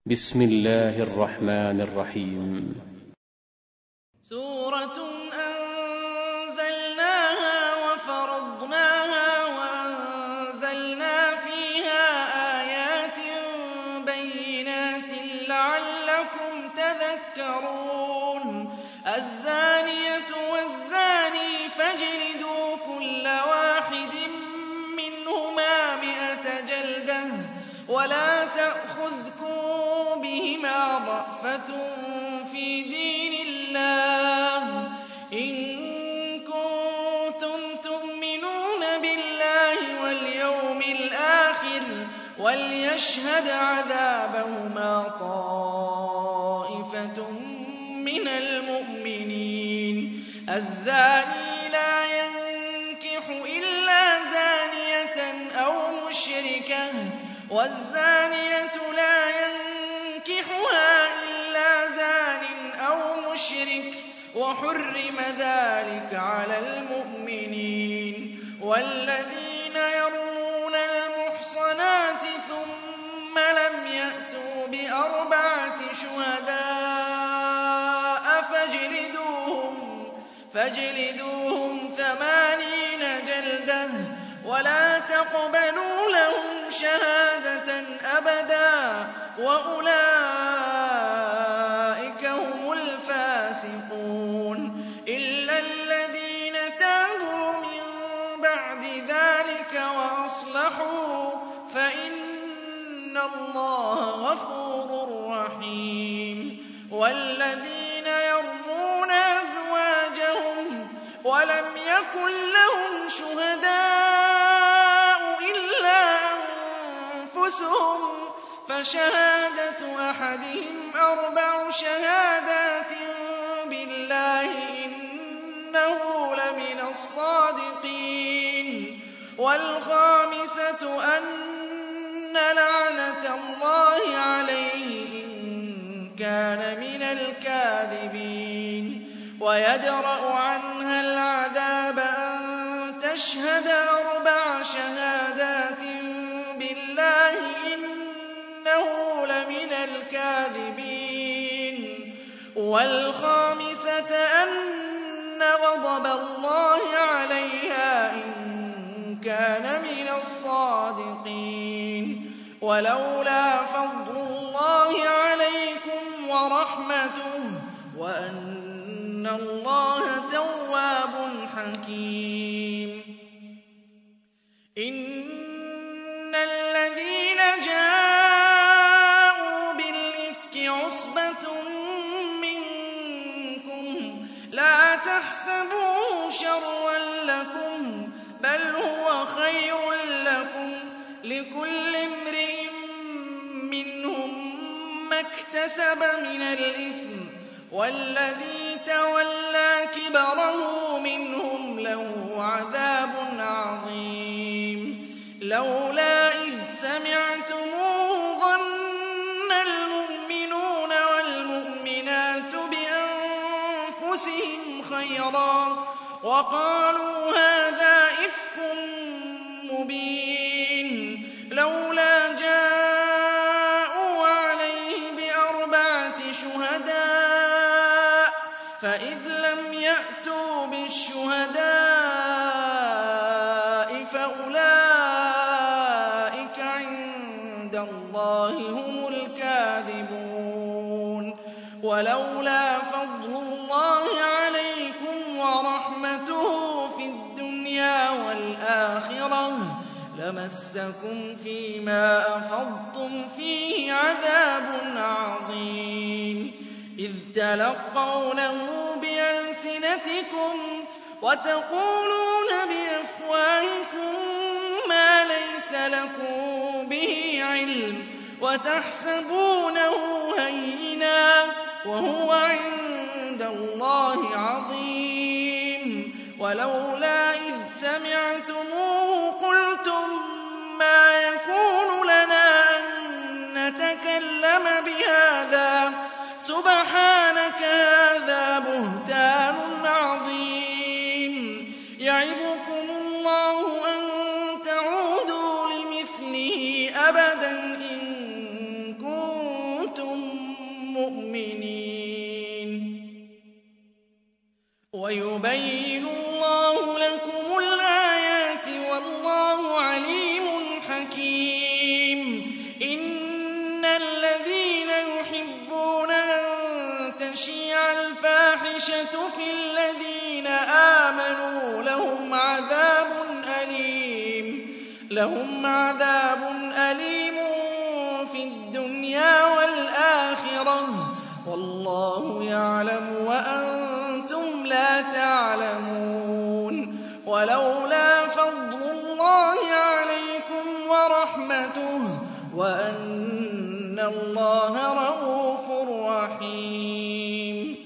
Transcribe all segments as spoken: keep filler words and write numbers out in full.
بسم الله الرحمن الرحيم. سورة أنزلناها وفرضناها وأنزلنا فيها آيات بينات لعلكم تذكرون. الزانية والزاني فاجلدوا كل واحد منهما مئة جلدة ولا تأخذكم بهما رأفة في دين الله إن كنتم تؤمنون بالله واليوم الآخر وليشهد عذابهما طائفة من المؤمنين. الزاني لا ينكح إلا زانية أو مشركة والزانية لا ينكحها إلا زان أو مشرك وحرم ذلك على المؤمنين. والذين يرمون المحصنات ثم لم يأتوا بأربعة شهداء فاجلدوهم, فاجلدوهم ثمانين جلدة ولا تقبلوا لهم شهادة أبدا وأولئك هم الفاسقون. إلا الذين تابوا من بعد ذلك وأصلحوا فإن الله غفور رحيم. والذين يرمون أزواجهم ولم يكن لهم شهداء إلا أنفسهم فشهادة أحدهم أربع شهادات بالله إنه لمن الصادقين. والخامسة أن لعنة الله عليه إن كان من الكاذبين. ويدرأ عنها العذاب أن تشهد أربع شهادات بالله إنه لمن الكاذبين. والخامسة أن غضب الله عليها إن كان من الصادقين. ولولا فضل الله عليكم ورحمته وأن الله تواب حكيم. إن الذين جاءوا بالإفك عصبة منكم لا تحسبوه شرا لكم بل هو خير لكم لكل امرئ منهم ما اكتسب من الإثم والذي تولى كبره منهم له عذاب عظيم. لولا إذ سمعتموه ظن المؤمنون والمؤمنات بأنفسهم خيرا وقالوا هذا إفك مبين. لولا جاءوا عليه بأربعة شهداء فإذ لم يأتوا بالشهداء فأولئك عند الله هم الكاذبون. ولولا فضل الله عليكم ورحمته في الدنيا والآخرة لمسكم فيما أفضتم فيه عذاب عظيم. إذ تلقونه بألسنتكم وتقولون بأفواهكم ما ليس لكم به علم وتحسبونه هينا وهو عند الله عظيم. ولولا إذ سمعتموه قلتم ما يكون لنا أن نتكلم بهذا سبحانك هذا بهتان عظيم. يعظكم الله أن تعودوا لمثله أبدا إن كنتم وَيُبَيِّنُ اللَّهُ لَكُمُ الْآيَاتِ وَاللَّهُ عَلِيمٌ حَكِيمٌ. إِنَّ الَّذِينَ يُحِبُّونَ أَن تَشِيعَ الْفَاحِشَةُ فِي الَّذِينَ آمَنُوا لَهُمْ عَذَابٌ أَلِيمٌ لَهُمْ عَذَابٌ أَلِيمٌ فِي الدُّنْيَا وَالْآخِرَةِ ۗ وَاللَّهُ يَعْلَمُ وَأَنتُمْ لَا تَعْلَمُونَ. وَلَوْلَا فَضْلُ اللَّهِ عَلَيْكُمْ وَرَحْمَتُهُ وَأَنَّ اللَّهَ رَءُوفٌ رَّحِيمٌ.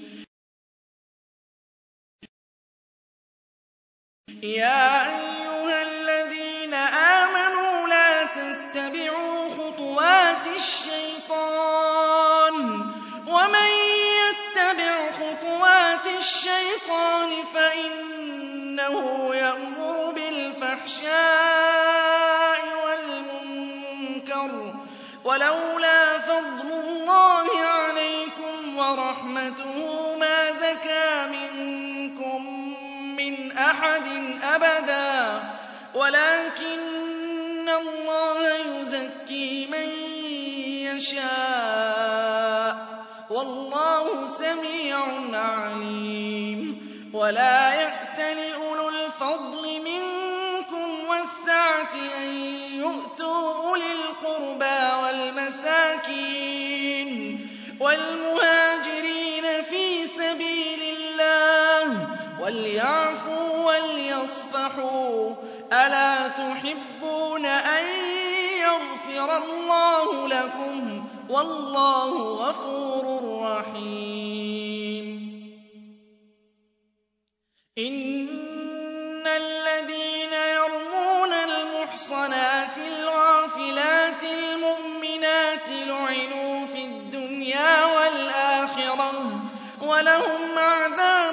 يَا أَيُّهَا الَّذِينَ آمَنُوا لَا تَتَّبِعُوا خُطُوَاتِ الشَّيْطَانِ ۚ وَمَن يَتَّبِعْ خُطُوَاتِ الشَّيْطَانِ فَإِنَّهُ يَأْمُرُ بِالْفَحْشَاءِ وَالْمُنكَرِ ۚ وَلَوْلَا فَضْلُ اللَّهِ عَلَيْكُمْ وَرَحْمَتُهُ مَا زَكَىٰ مِنكُم مِّنْ أَحَدٍ أَبَدًا، وَلَٰكِنَّ اللَّهَ يُزَكِّي مَن يَشَاءُ ۗ وَاللَّهُ سَمِيعٌ عَلِيمٌ. وَلَا يَأْتَلِ أُولُو الْفَضْلِ مِنكُمْ وَالسَّعَةِ أَن يُؤْتُوا أُولِي الْقُرْبَىٰ وَالْمَسَاكِينِ وَالْمُهَاجِرِينَ فِي سَبِيلِ اللَّهِ وَلْيَعْفُوا وَلْيَصْفَحُوا ۗ أَلَا تُحِبُّونَ أَن يَغْفِرَ اللَّهُ لَكُمْ ۗ وَاللَّهُ غَفُورٌ رَّحِيمٌ. إِنَّ الَّذِينَ يَرْمُونَ الْمُحْصَنَاتِ الْغَافِلَاتِ الْمُؤْمِنَاتِ لُعِنُوا فِي الدُّنْيَا وَالْآخِرَةِ وَلَهُمْ عَذَابٌ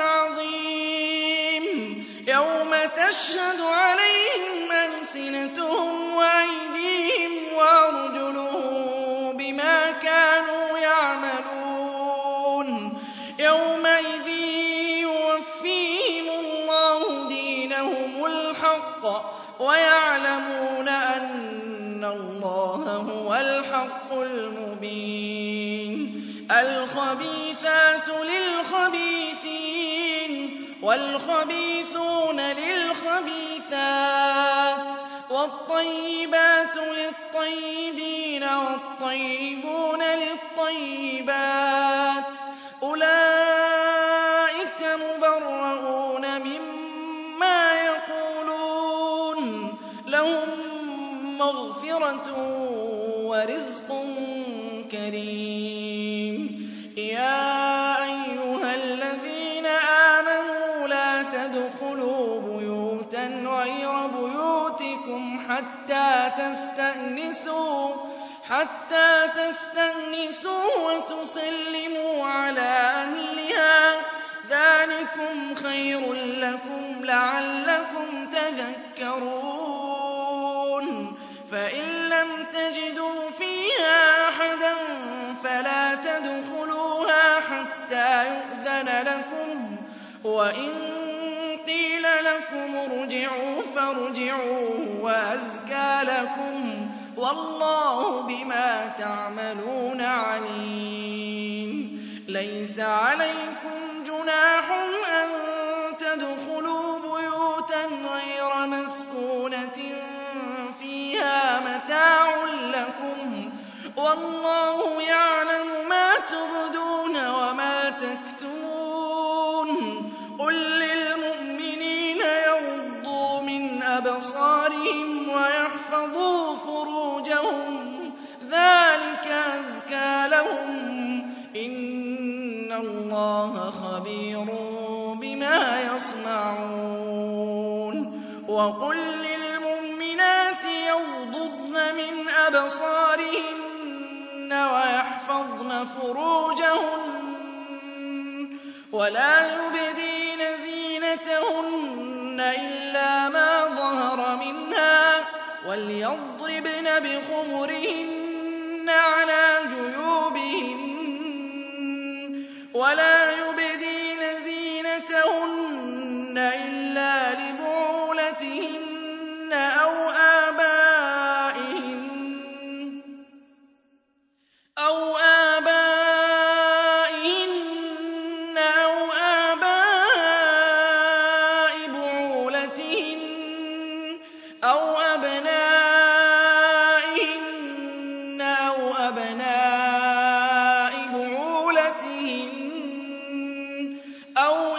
عَظِيمٌ. يَوْمَ تَشْهَدُ عَلَيْهِمْ أَلْسِنَتُهُمْ وَأَيْدِيهِمْ وَأَرْجُلُهُم بِمَا كَانُوا يَعْمَلُونَ. يَوْمَئِذٍ يُوَفِّيهِمُ اللَّهُ دِينَهُمُ الْحَقَّ وَيَعْلَمُونَ أَنَّ اللَّهَ هُوَ الْحَقُّ الْمُبِينُ. الْخَبِيثَاتُ لِلْخَبِيثِينَ وَالْخَبِيثُونَ لِلْخَبِيثَاتِ وَالطَّيِّبَاتُ لِلطَّيِّبِينَ وَالطَّيِّبُونَ لِلطَّيِّبَاتِ ۚ أُولَٰئِكَ مُبَرَّءُونَ مِمَّا يَقُولُونَ ۖ لَهُم مَّغْفِرَةٌ وَرِزْقٌ كَرِيمٌ. يَا أَيُّهَا الَّذِينَ آمَنُوا لَا تَدْخُلُوا بُيُوتًا غَيْرَ بُيُوتِكُمْ حَتَّىٰ تَسْتَأْنِسُوا حَتَّىٰ تَسْتَأْنِسُوا وَتُسَلِّمُوا عَلَىٰ أَهْلِهَا ۚ ذَٰلِكُمْ خَيْرٌ لَّكُمْ لَعَلَّكُمْ تَذَكَّرُونَ. فَإِن لَّمْ تَجِدُوا فِيهَا أَحَدًا فَلَا تَدْخُلُوهَا حَتَّىٰ يُؤْذَنَ لَكُمْ ۖ وَإِن قِيلَ لَكُمُ ارْجِعُوا فَارْجِعُوا هُوَ أَزْكَىٰ لَكُمْ ۚ وَاللَّهُ بِمَا تَعْمَلُونَ عَلِيمٌ. لَيْسَ عَلَيْكُمْ جُنَاحٌ أَن تَدْخُلُوا بُيُوتًا غَيْرَ مَسْكُونَةٍ فِيهَا مَتَاعٌ لَّكُمْ ۚ وَاللَّهُ يَعْلَمُ مَا تُبْدُونَ وَمَا تَكْتُمُونَ. قُل لِّلْمُؤْمِنِينَ يَغُضُّوا مِنْ أَبْصَارِهِمْ وَيَحْفَظُوا فُرُوجَهُمْ ۚ ذَٰلِكَ أَزْكَىٰ لَهُمْ ۗ إِنَّ اللَّهَ خَبِيرٌ بِمَا يَصْنَعُونَ. وَقُل لِّلْمُؤْمِنَاتِ يَغْضُضْنَ مِنْ أَبْصَارِهِنَّ وَيَحْفَظْنَ فُرُوجَهُنَّ وَلَا يُبْدِينَ زِينَتَهُنَّ إِلَّا مَا ظَهَرَ مِنْهَا ۖ وَلْيَضْرِبْنَ بِخُمُرِهِنَّ عَلَىٰ جُيُوبِهِنَّ وَلَا يُبْدِينَ زِينَتَهُنَّ أبناء بعولتهن أو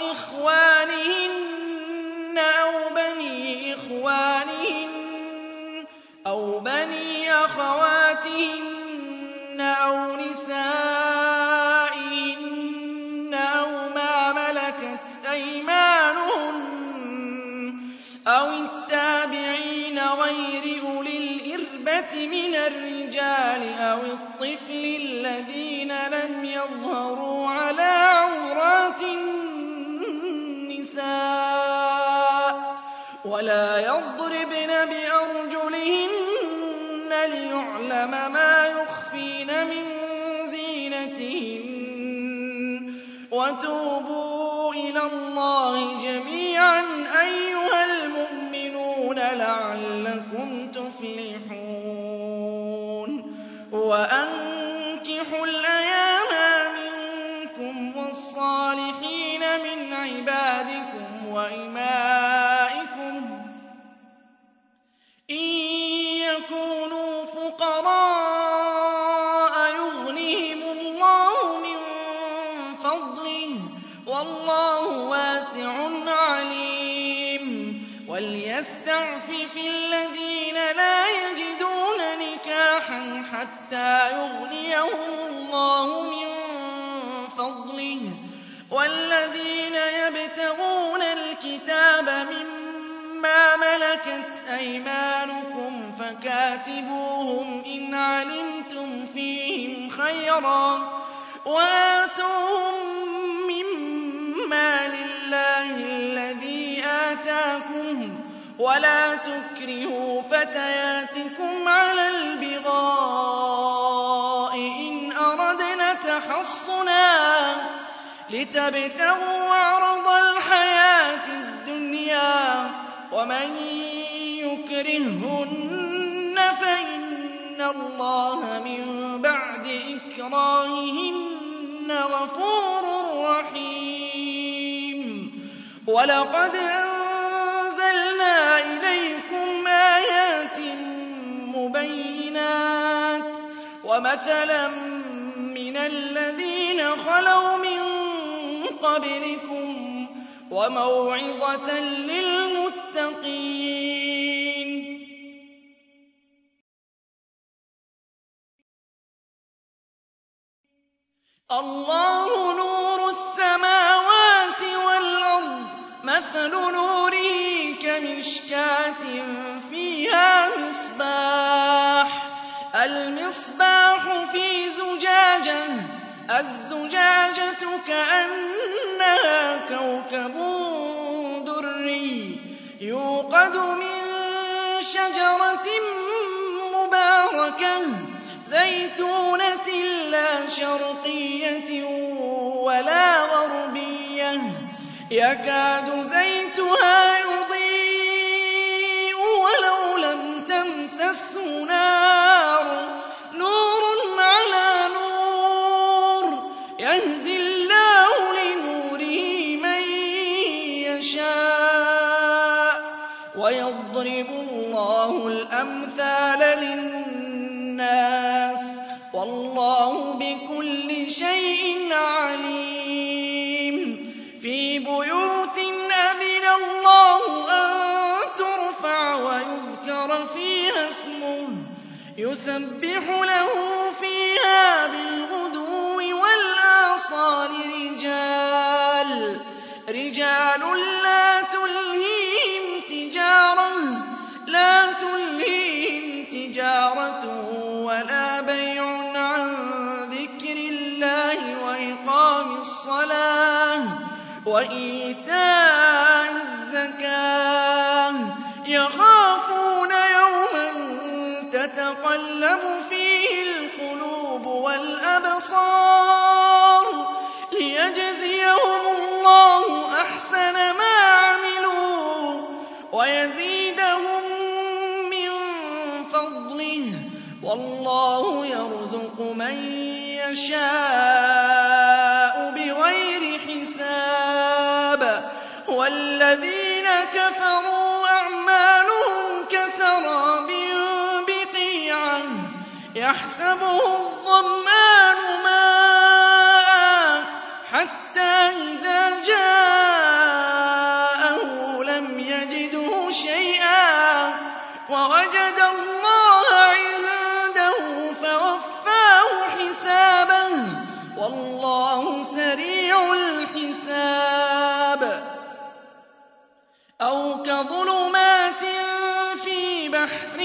إخوانهن أو بني إخوانهن أو بني أخواتهن أو نسائهن أو ما ملكت أيمانهن أو التابعين غير أولي الإربة من الرجال أو الطفل الذين لم يظهروا على عورات النساء ولا يضربن بأرجلهن ليعلم ما يخفين من زينتهن وتوبوا إلى الله جميعا أيها المؤمنون لعلكم تفلحون وأنكحوا الأيام منكم والصالحين من عبادكم وإمائكم إن يكونوا فقراء يغنهم الله من فضله والله واسع عليم وليستعفف الذين لا يجدون نكاحا حتى يغنيهم الله من فضله والذين يبتغون الكتاب مما ملكت أيمانكم فكاتبوهم إن علمتم فيهم خيرا وآتوهم مما لله الذي آتاكم ولا تكرهوا فتياتكم على البغاء إن أردنا تحصنا لتبتغوا عرض الحياة الدنيا ومن يكرههن فإن الله من بعد إكراههن غفور رحيم ولقد أنزلنا إليكم آيات مبينات ومثلا من الذين خلوا من قبلكم وموعظة للمتقين الله نور السماوات والأرض مثل نوره كمشكاة فيها مصباح المصباح في زجاجة الزجاجة كأنها كوكب دري يوقد من شجرة مباركة زيتونة لا شرقية ولا غربية يكاد زيتها يضيء ولو لم تمسسه نار نور على نور يهدي الله لنوره من يشاء ويضرب الله الأمثال للناس والله بكل شيء عليم في بيوت أذن الله أن ترفع ويذكر فيها اسمه يسبح له فيها بالغدو والآصال رجال رجال لا تلهيهم تجارة لا تلهيهم تجارة ولا بيع عن ذكر الله وإقام الصلاة وإيتاء الزكاة يخافون يوما تتقلب فيه القلوب والأبصار ليجزيهم الله أحسن ما عملوا ويزيدهم من فضله والله يرزق من يشاء بغير حساب والذين كفروا أعمالهم كسراب بقيعة يحسبه الظمآن ماء حتى إذا جاءه لم يجده شيئا ووجد الله عنده فوفاه حسابه والله سريع الحساب. أو كظلمات في بحر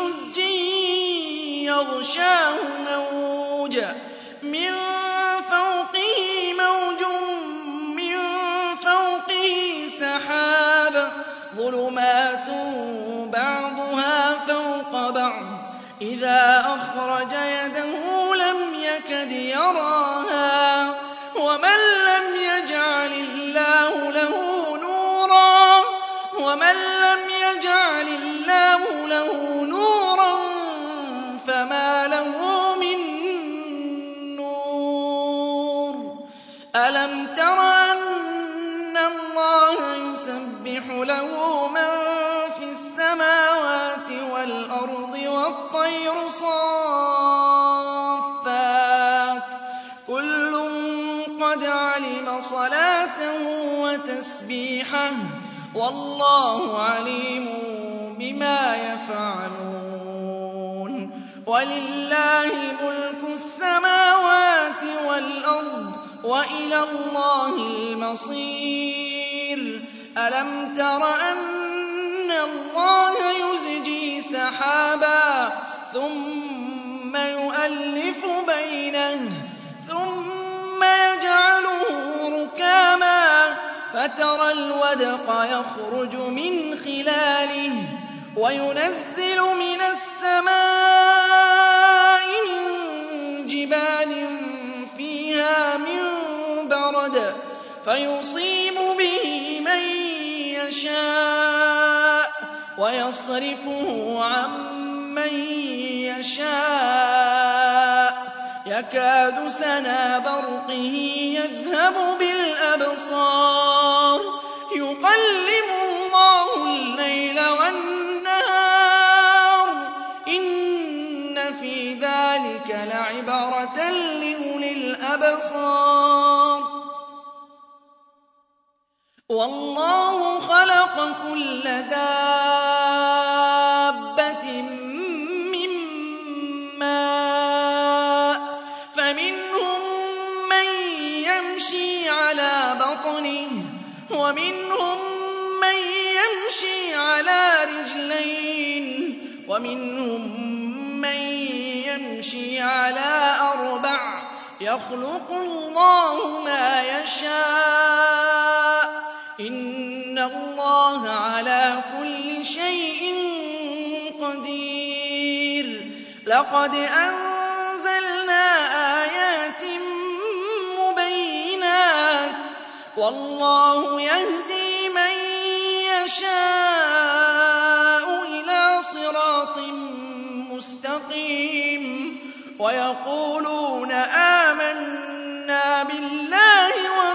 لجي يغشاه موج من فوقه موج من فوقه سحاب ظلمات بعضها فوق بعض إذا أخرج يده لم يكد يراها ومن لم يجعل الله له نورا ومن لم يجعل الله له نورا فما له من نور. ألم تر أن الله يسبح له من في السماوات والأرض والطير صافات كل قد علم صلاته وتسبيحه والله عليم بما يفعلون. ولله ملك السماوات والأرض وإلى الله المصير. ألم تر أن الله يزجي سحابا ثم يؤلف بينه ثم يجعله ركاما فترى الودق يخرج من خلاله وينزل من السماء من جبال فيها من برد فيصيب به من يشاء ويصرفه عن من يشاء يكاد سنا برقه يذهب بالأبصار يقلب الله الليل والنهار إن في ذلك لعبرة لأولي الأبصار. والله خلق كل دابة من ماء فمنهم من يمشي على بطنه ومنهم من يمشي على رجلين ومنهم من يمشي على أربع يخلق الله ما يشاء إن الله على كل شيء قدير. لقد أنزلنا آيات مبينات والله يهدي من يشاء إلى صراط مستقيم. ويقولون آمنا بالله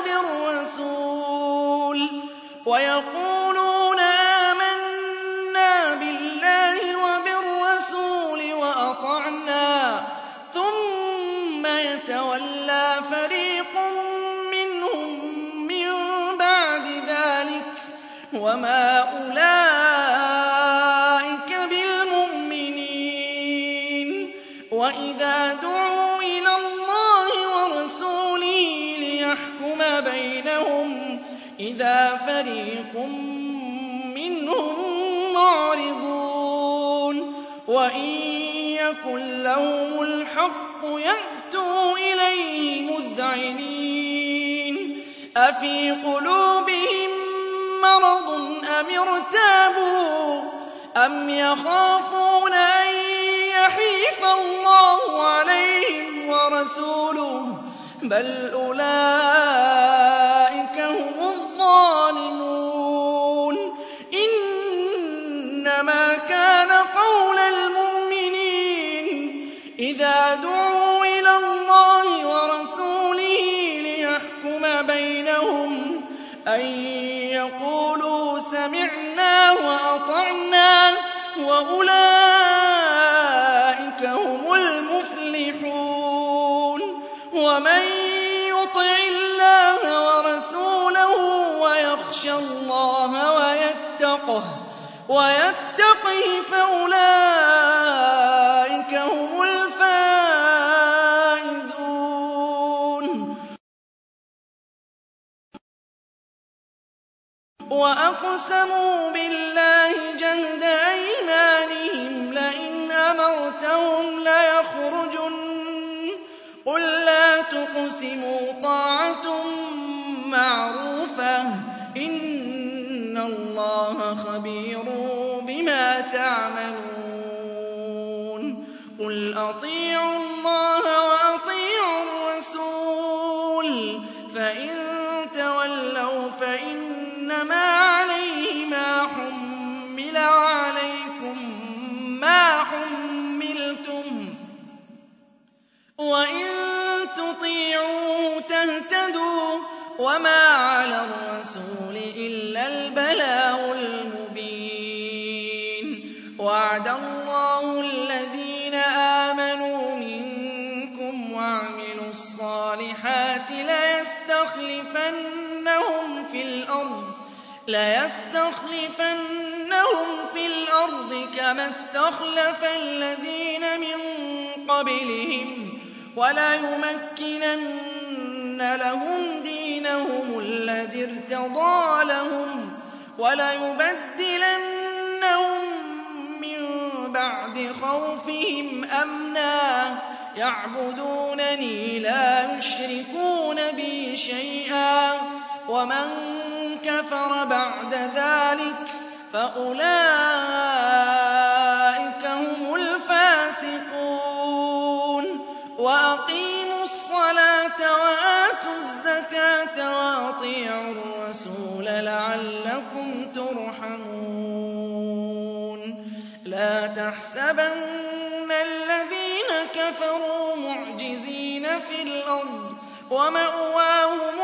وبالرسول ويقولون آمنا بالله وبالرسول وأطعنا ثم يتولى فريق منهم من بعد ذلك وما أولئك بالمؤمنين. وإذا دعوا إلى الله ورسوله ليحكم بينهم إذا فريق منهم معرضون وإن يكن لهم الحق يأتوا إليه مذعنين. أفي قلوبهم مرض أم ارتابوا أم يخافون أن يحيف الله عليهم ورسوله بل أولئك هم الظالمون. إنما كان قول المؤمنين إذا دعوا إلى الله ورسوله ليحكم بينهم أن يقولوا سمعنا وأطعنا وأولئك هم المفلحون. ومن يطع الله ورسوله ويخشى الله ويتقه ويتقه فأولئك هم الفائزون. وأقسموا بالله جهد أيمانهم لئن أمرتهم ليخرجن قل لا تقسموا طاعة معروفة إن الله خبير بما تعملون. قل أطيعوا الله وأطيعوا الرسول فإن تولوا فإنما عليه ما حمل وعليكم ما حملتم وإن تطيعوه تهتدوا وما على الرسول إلا البلاغ المبين. وعد الله الذين آمنوا منكم وعملوا الصالحات ليستخلفنهم في الأرض ليستخلفنهم في الأرض كما استخلف الذين من قبلهم وليمكنن لهم دينهم الذي ارتضى لهم وليبدلنهم من بعد خوفهم أمنا يعبدونني لا يشركون بي شيئا ومن كفر بعد ذلك فأولئك هم الفاسقون. وأقيموا الصلاة وآتوا الزكاة وأطيعوا الرسول لعلكم ترحمون. لا تحسبن الذين كفروا معجزين في الأرض ومأواهم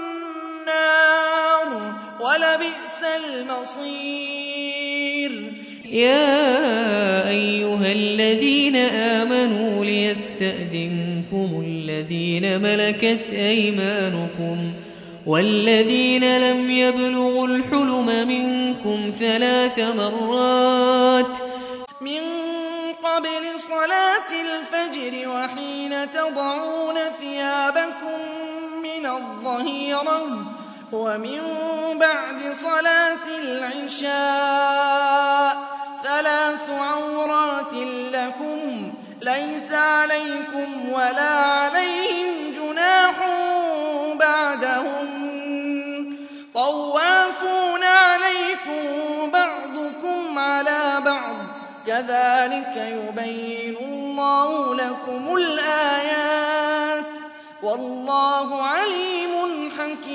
النار ولبئس المصير. يا أيها الذين آمنوا ليستأذنكم الذين ملكت أيمانكم والذين لم يبلغوا الحلم منكم ثلاث مرات من قبل صلاة الفجر وحين تضعون ثيابكم من الظهيرة ومن بعد صلاة العشاء ثلاث عورات لكم ليس عليكم ولا عليهم جناح بعدهم طوافون عليكم بعضكم على بعض كذلك يبين الله لكم الآيات والله عليم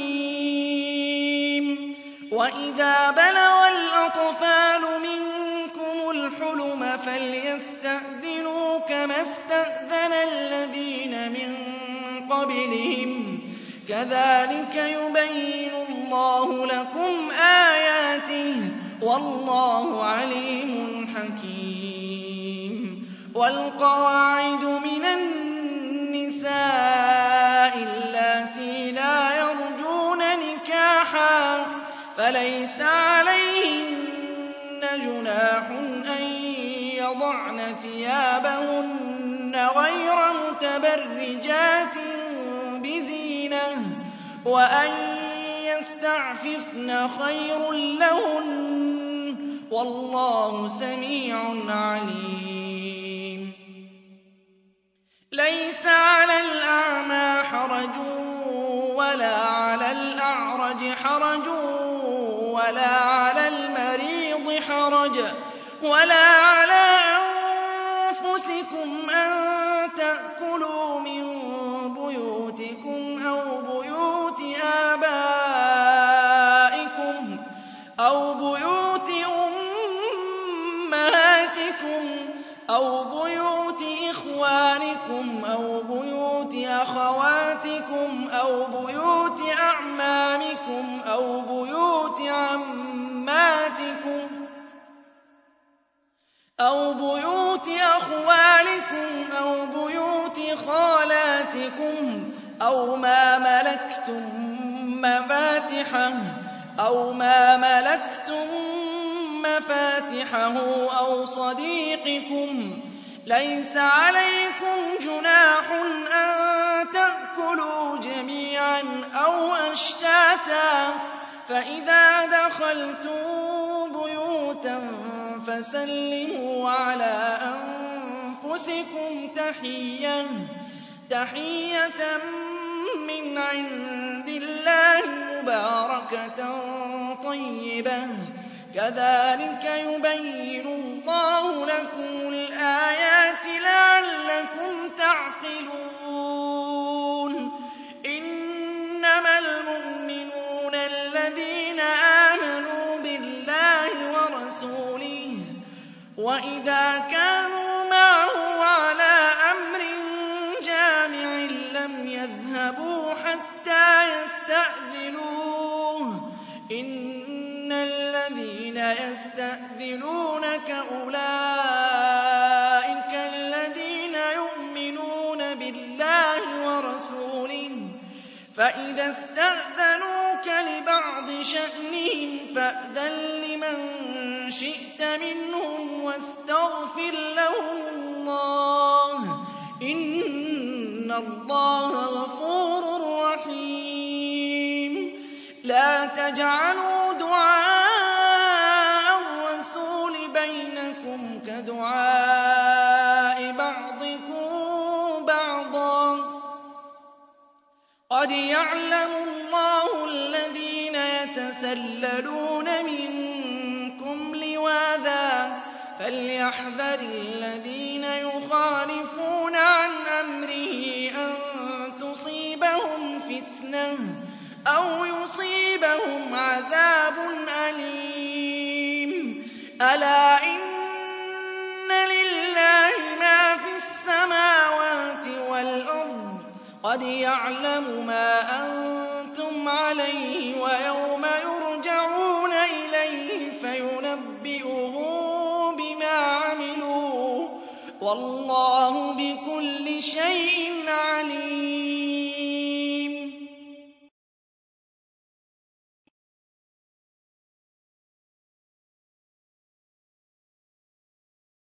حكيم. وإذا بلغ الأطفال منكم الحلم فليستأذنوا كما استأذن الذين من قبلهم كذلك يبين الله لكم آياته والله عليم حكيم. والقواعد من النساء اللاتي لا يرجون نكاحا فليس عليهن جناح أن يضعن ثيابهن غير متبرجات بزينة وأن يستعففن خير لهن والله سميع عليم. ليس على الأعمى حرج ولا على الأعرج حرج ولا على المريض حرج ولا على أنفسكم أن تأكلوا من بيوتكم أو بيوت آبائكم أو بيوت أمهاتكم أو بيوت إخوانكم أو بيوت أخواتكم أو بيوت أعمامكم أو بيوت عماتكم أو بيوت أخوالكم أو بيوت خالاتكم أو ما ملكتم مفاتحه أو ما ملكتم مفاتحه أو صديقكم ليس عليكم جناح أن تأكلوا جميعا أو أشتاتا فإذا دخلتم بيوتا فسلموا على أنفسكم تحية تحية من عند الله مباركة طيبة كذلك يبين الله لكم الآيات لعلكم تعقلون إنما المؤمنون الذين آمنوا بالله ورسوله وإذا كانوا معه على أمر جامع لم يذهبوا حتى يستأذنوه إن الذين يستأذنونك أولئك الذين يؤمنون بالله ورسوله فإذا استأذنوك لبعض شأنهم فأذن لمن شئت منهم واستغفر لهم الله إن الله غفور رحيم لا تجعلوا دعاء الرسول بينكم كدعاء بعضكم بعضا قد يعلم الله الذين يتسللون منكم لواذا فليحذر الذين يخالفون عن أمره أن تصيبهم فتنة أو يصيبهم عذاب أليم ألا إن لله ما في السماوات والأرض قد يعلم ما أنتم عليه ويوم يرجعون إليه فينبئهم بما عملوا والله بكل شيء عليم